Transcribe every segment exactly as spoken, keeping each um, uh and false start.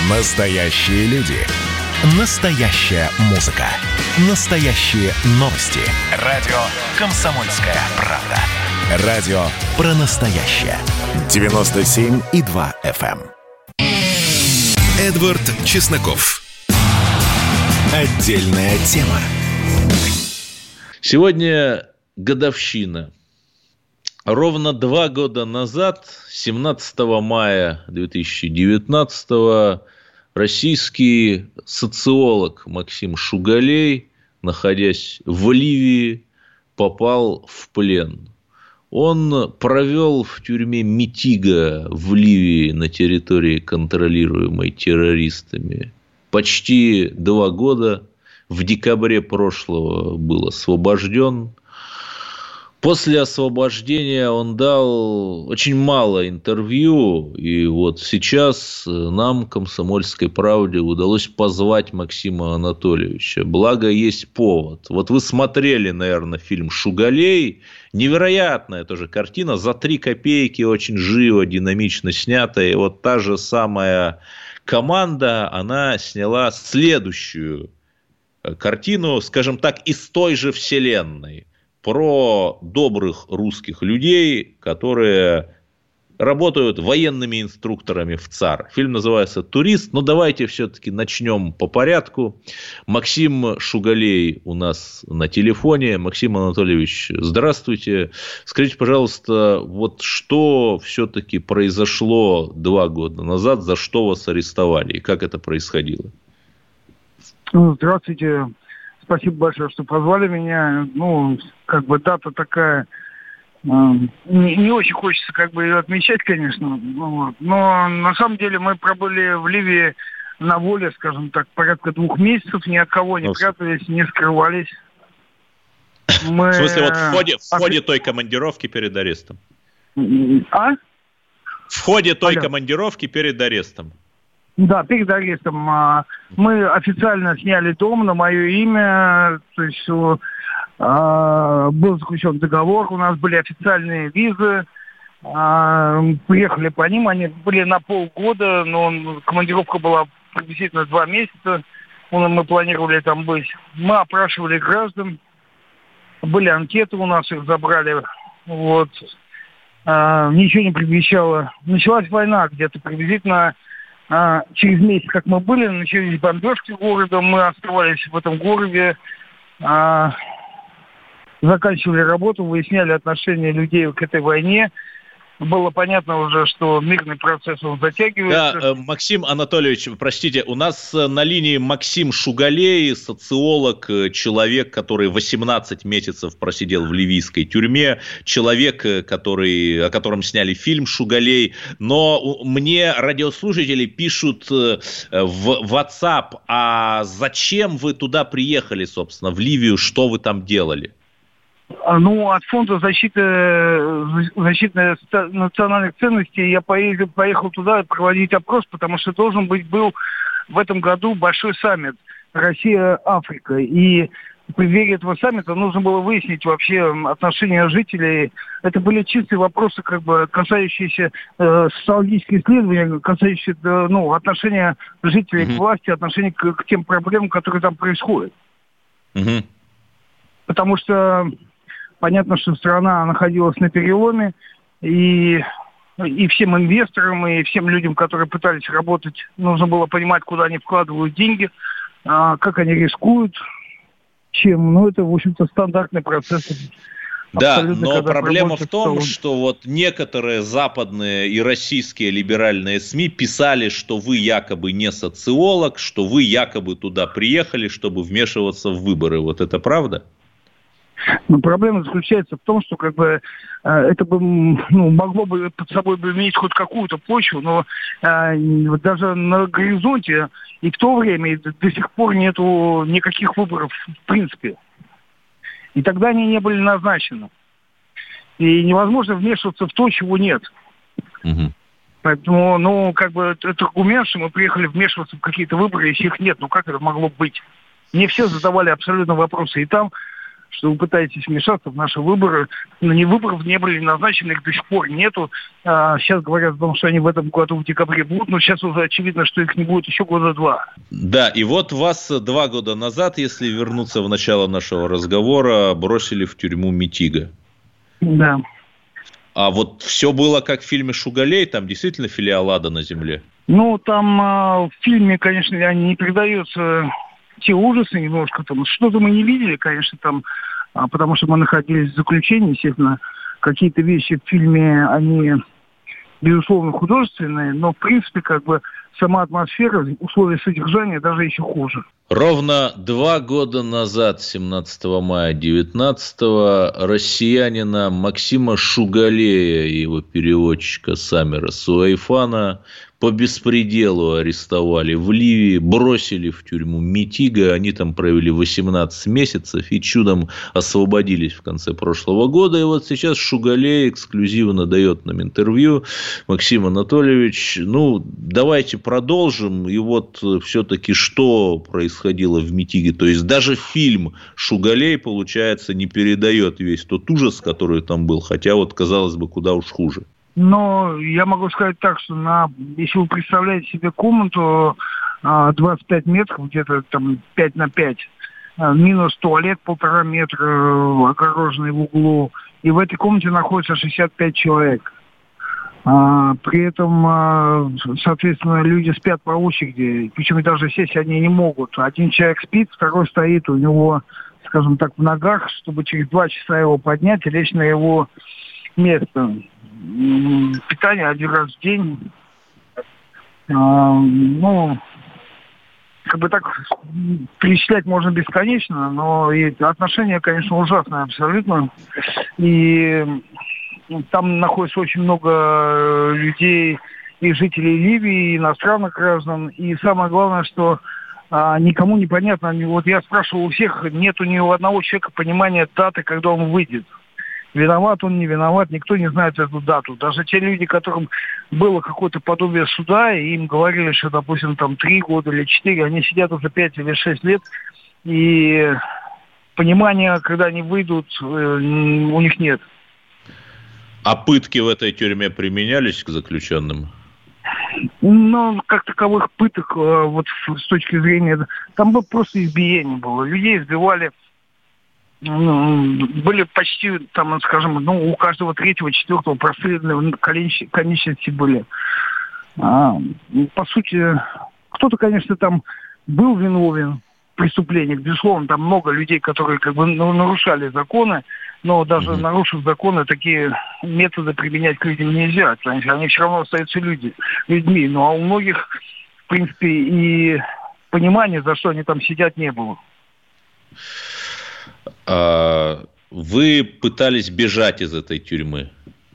Настоящие люди. Настоящая музыка. Настоящие новости. Радио «Комсомольская правда». Радио про настоящее. девяносто семь и два эф эм. Эдвард Чесноков. Отдельная тема. Сегодня годовщина. Ровно два года назад, семнадцатого мая две тысячи девятнадцатого, российский социолог Максим Шугалей, находясь в Ливии, попал в плен. Он провел в тюрьме Митига в Ливии на территории, контролируемой террористами, почти два года. В декабре прошлого был освобожден. После освобождения он дал очень мало интервью, и вот сейчас нам, «Комсомольской правде», удалось позвать Максима Анатольевича. Благо, есть повод. Вот вы смотрели, наверное, фильм «Шугалей». Невероятная тоже картина, за три копейки, очень живо, динамично снятая. И вот та же самая команда, она сняла следующую картину, скажем так, из той же вселенной. Про добрых русских людей, которые работают военными инструкторами в ЦАР. Фильм называется «Турист». Но давайте все-таки начнем по порядку. Максим Шугалей у нас на телефоне. Максим Анатольевич, здравствуйте. Скажите, пожалуйста, вот что все-таки произошло два года назад, за что вас арестовали и как это происходило? Здравствуйте. Спасибо большое, что позвали меня. Ну, как бы дата такая, э, не, не очень хочется как бы ее отмечать, конечно. Вот. Но на самом деле мы пробыли в Ливии на воле, скажем так, порядка двух месяцев, ни от кого не прятались, не скрывались. Мы... В смысле, вот в ходе, в ходе той командировки перед арестом? А? В ходе той Алло. командировки перед арестом. Да, перед арестом мы официально сняли дом на мое имя, то есть был заключен договор, у нас были официальные визы, приехали по ним, они были на полгода, но командировка была приблизительно два месяца, мы планировали там быть. Мы опрашивали граждан, были анкеты у нас, их забрали, вот, ничего не предвещало. Началась война где-то приблизительно. А, через месяц, как мы были, начались бомбежки города, мы оставались в этом городе, а, заканчивали работу, выясняли отношения людей к этой войне. Было понятно уже, что мирный процесс, он затягивается. Да, Максим Анатольевич, простите, у нас на линии Максим Шугалей, социолог, человек, который восемнадцать месяцев просидел в ливийской тюрьме, человек, который, о котором сняли фильм «Шугалей». Но мне радиослушатели пишут в WhatsApp, а зачем вы туда приехали, собственно, в Ливию, что вы там делали? Ну, от фонда защиты, защиты национальных ценностей я поехал, поехал туда проводить опрос, потому что должен быть был в этом году большой саммит Россия-Африка. И в преддверии этого саммита нужно было выяснить вообще отношения жителей. Это были чистые вопросы, как бы касающиеся э, социологических исследований, касающиеся э, ну, отношения жителей mm-hmm. к власти, отношения к, к тем проблемам, которые там происходят. Mm-hmm. Потому что понятно, что страна находилась на переломе, и, и всем инвесторам, и всем людям, которые пытались работать, нужно было понимать, куда они вкладывают деньги, как они рискуют, чем. Ну, это, в общем-то, стандартный процесс. Да, но проблема в том, что вот некоторые западные и российские либеральные СМИ писали, что вы якобы не социолог, что вы якобы туда приехали, чтобы вмешиваться в выборы. Вот это правда? Но проблема заключается в том, что как бы э, это бы ну, могло бы под собой бы иметь хоть какую-то почву, но э, даже на горизонте и в то время и до, до сих пор нету никаких выборов в принципе. И тогда они не были назначены. И невозможно вмешиваться в то, чего нет. Угу. Поэтому, ну, как бы это аргумент, что мы приехали вмешиваться в какие-то выборы, если их нет. Ну, как это могло быть? Не все задавали абсолютно вопросы. И там что вы пытаетесь вмешаться в наши выборы. Но не выборов не были назначены, их до сих пор нету. А, сейчас говорят о том, что они в этом году в декабре будут, но сейчас уже очевидно, что их не будет еще года два. Да, и вот вас два года назад, если вернуться в начало нашего разговора, бросили в тюрьму Митига. Да. А вот все было как в фильме «Шугалей», там действительно филиал ада на земле? Ну, там а, в фильме, конечно, они не передаются те ужасы немножко. Там что-то мы не видели, конечно, там, а, потому что мы находились в заключении, естественно. Какие-то вещи в фильме, они, безусловно, художественные, но, в принципе, как бы сама атмосфера, условия содержания даже еще хуже. Ровно два года назад, семнадцатого мая девятнадцатого, россиянина Максима Шугалея и его переводчика Самира Суайфана по беспределу арестовали в Ливии, бросили в тюрьму Митига. Они там провели восемнадцать месяцев и чудом освободились в конце прошлого года. И вот сейчас Шугалей эксклюзивно дает нам интервью. Максим Анатольевич, ну, давайте продолжим. И вот все-таки что происходило в Митиге? То есть даже фильм «Шугалей», получается, не передает весь тот ужас, который там был. Хотя вот, казалось бы, куда уж хуже. Но я могу сказать так, что на, если вы представляете себе комнату двадцать пять метров, где-то там пять на пять, минус туалет полтора метра, огороженный в углу, и в этой комнате находится шестьдесят пять человек. При этом, соответственно, люди спят по очереди, причем даже сесть они не могут. Один человек спит, второй стоит, у него, скажем так, в ногах, чтобы через два часа его поднять и лечь на его место. Питание один раз в день. А, ну, как бы так перечислять можно бесконечно, но и отношения, конечно, ужасные абсолютно. И там находится очень много людей и жителей Ливии, и иностранных граждан. И самое главное, что а, никому не понятно. Вот я спрашивал у всех, нет у него одного человека понимания даты, когда он выйдет. Виноват он, не виноват, никто не знает эту дату. Даже те люди, которым было какое-то подобие суда, и им говорили, что, допустим, там три года или четыре, они сидят уже пять или шесть лет, и понимания, когда они выйдут, у них нет. А пытки в этой тюрьме применялись к заключенным? Ну, как таковых пыток, вот с точки зрения... Там было просто избиение было. Людей избивали... Ну, были почти, там, скажем, ну, у каждого третьего, четвертого простреленные конечности были. А, по сути, кто-то, конечно, там был виновен в преступлениях, безусловно, там много людей, которые как бы нарушали законы, но даже mm-hmm. нарушив законы, такие методы применять к людям нельзя, они все равно остаются люди, людьми, ну, а у многих, в принципе, и понимания, за что они там сидят, не было. Вы пытались бежать из этой тюрьмы?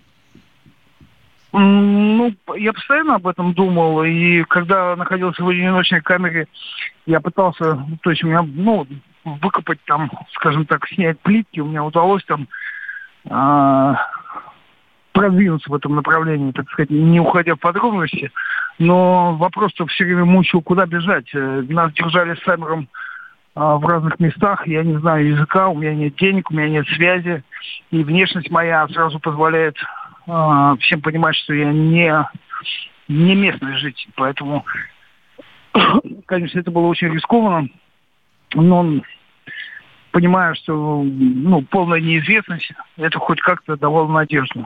Ну, я постоянно об этом думал, и когда находился в одиночной камере, я пытался, то есть у меня, ну, выкопать там, скажем так, снять плитки, у меня удалось там а, продвинуться в этом направлении, так сказать, не уходя в подробности, но вопрос-то все время мучил, куда бежать. Нас держали с Самиром в разных местах, я не знаю языка, у меня нет денег, у меня нет связи, и внешность моя сразу позволяет э, всем понимать, что я не, не местный житель, поэтому, конечно, это было очень рискованно, но понимаю, что ну, полная неизвестность, это хоть как-то давало надежду.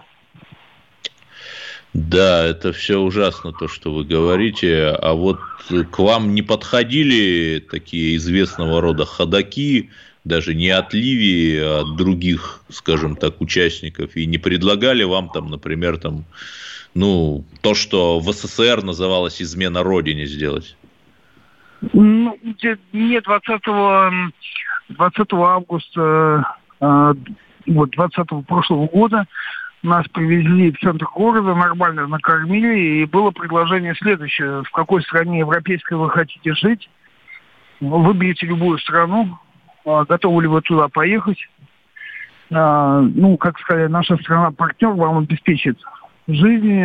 Да, это все ужасно, то, что вы говорите. А вот к вам не подходили такие известного рода ходаки, даже не от Ливии, а от других, скажем так, участников, и не предлагали вам там, например, там, ну, то, что в СССР называлось измена родине, сделать? Ну, нет, двадцатого августа вот, двадцатого прошлого года нас привезли в центр города, нормально накормили, и было предложение следующее. В какой стране европейской вы хотите жить? Выберите любую страну. Готовы ли вы туда поехать? Ну, как сказать, наша страна-партнер вам обеспечит жизнь.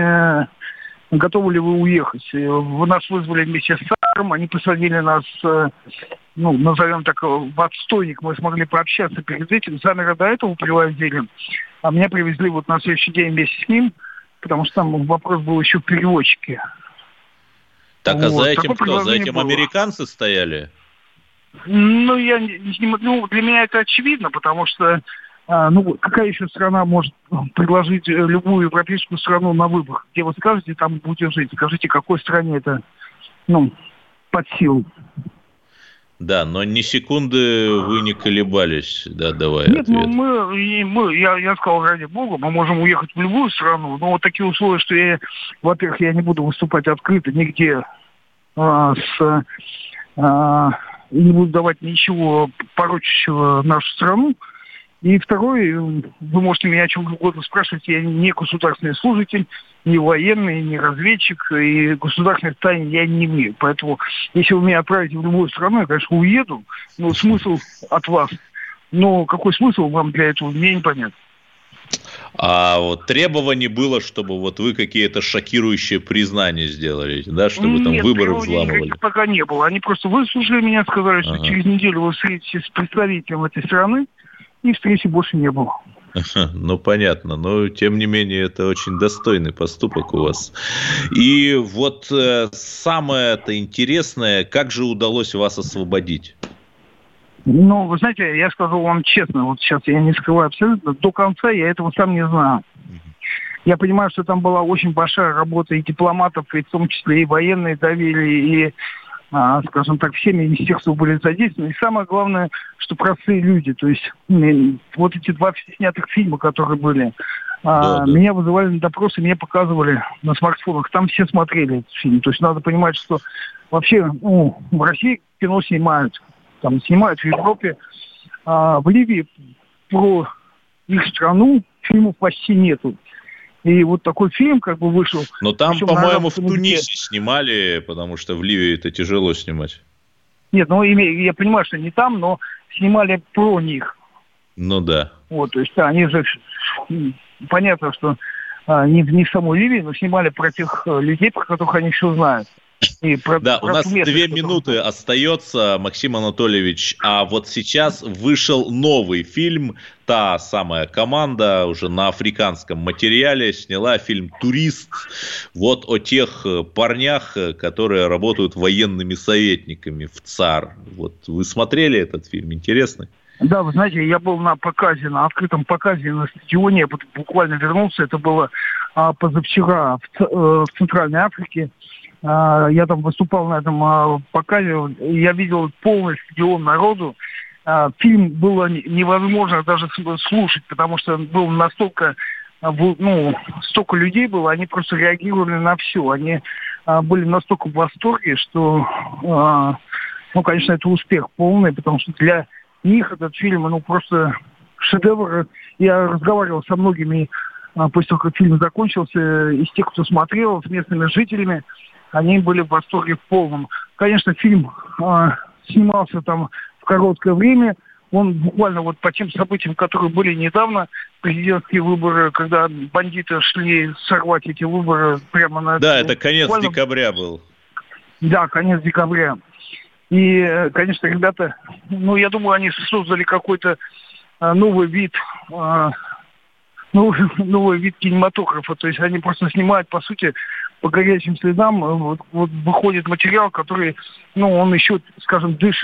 Готовы ли вы уехать? Вы нас вызвали вместе с Саром, они посадили нас ну, назовем так, в отстойник, мы смогли пообщаться перед этим. Замера до этого привозили, а меня привезли вот на следующий день вместе с ним, потому что там вопрос был еще в переводчике. Так, а вот. за этим Такое кто? За этим было. Американцы стояли? Ну, я не, не, ну, для меня это очевидно, потому что а, ну, какая еще страна может предложить любую европейскую страну на выбор? Где вы скажете, там будете жить. Скажите, какой стране это, ну, под силу. Да, но ни секунды вы не колебались, да, давая Нет, ответ. ну мы, мы я, я сказал, ради бога, мы можем уехать в любую страну, но вот такие условия, что я, во-первых, я не буду выступать открыто нигде а, с, а, и не буду давать ничего порочащего нашу страну. И второе, вы можете меня о чем угодно спрашивать, я не государственный служитель, не военный, не разведчик, и государственных тайн я не имею. Поэтому, если вы меня отправите в любую страну, я, конечно, уеду, но смысл от вас. Но какой смысл вам для этого, мне непонятно. А вот требование было, чтобы вот вы какие-то шокирующие признания сделали, да, чтобы Нет, там выборы взламывали? взламывали? Пока не было. Они просто выслушали меня, сказали, что ага. через неделю вы встретитесь с представителем этой страны, и встречи больше не было. Ну, понятно, но тем не менее это очень достойный поступок у вас. И вот э, самое-то интересное, как же удалось вас освободить? Ну, вы знаете, я скажу вам честно, вот сейчас я не скрываю абсолютно, до конца я этого сам не знаю. Я понимаю, что там была очень большая работа и дипломатов, и в том числе и военные давили, и, а, скажем так, все министерства были задействованы. И самое главное, что простые люди, то есть вот эти два снятых фильма, которые были, а, да, да. меня вызывали на допрос, и мне показывали на смартфонах, там все смотрели этот фильм. То есть надо понимать, что вообще ну, в России кино снимают, там снимают в Европе, а в Ливии про их страну фильмов почти нету. И вот такой фильм как бы вышел. Но там, по-моему, в Тунисе снимали, потому что в Ливии это тяжело снимать. Нет, ну я понимаю, что не там, но снимали про них. Ну да. Вот, то есть да, они же, понятно, что а, не, не в самой Ливии, но снимали про тех людей, про которых они все знают. И про, да, про у нас место, две минуты там остается, Максим Анатольевич, а вот сейчас вышел новый фильм, та самая команда уже на африканском материале сняла фильм «Турист», вот о тех парнях, которые работают военными советниками в ЦАР. Вот вы смотрели этот фильм, интересный? Да, вы знаете, я был на показе, на открытом показе на стадионе, я буквально вернулся, это было а, позавчера в, в Центральной Африке. Я там выступал на этом показе, я видел полный стадион народу. Фильм было невозможно даже слушать, потому что был настолько, ну, столько людей было, они просто реагировали на все. Они были настолько в восторге, что, ну, конечно, это успех полный, потому что для них этот фильм, ну, просто шедевр. Я разговаривал со многими, после того, как фильм закончился, из тех, кто смотрел, с местными жителями. Они были в восторге в полном. Конечно, фильм э, снимался там в короткое время. Он буквально вот по тем событиям, которые были недавно, президентские выборы, когда бандиты шли сорвать эти выборы прямо на... Да, это конец буквально... декабря был. Да, конец декабря. И, конечно, ребята, ну, я думаю, они создали какой-то э, новый вид... Э, новый, новый вид кинематографа. То есть они просто снимают, по сути, по горячим следам. Вот, вот выходит материал, который, ну, он еще, скажем, дышит.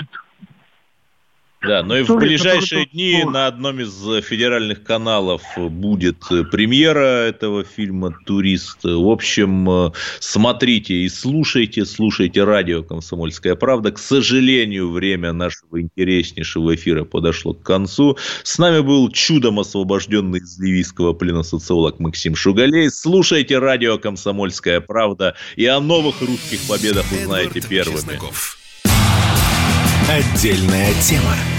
Да, но и в ближайшие дни на одном из федеральных каналов будет премьера этого фильма «Турист». В общем, смотрите и слушайте, слушайте радио «Комсомольская правда». К сожалению, время нашего интереснейшего эфира подошло к концу. С нами был чудом освобожденный из ливийского плена социолог Максим Шугалей. Слушайте радио «Комсомольская правда» и о новых русских победах узнаете первыми. Отдельная тема.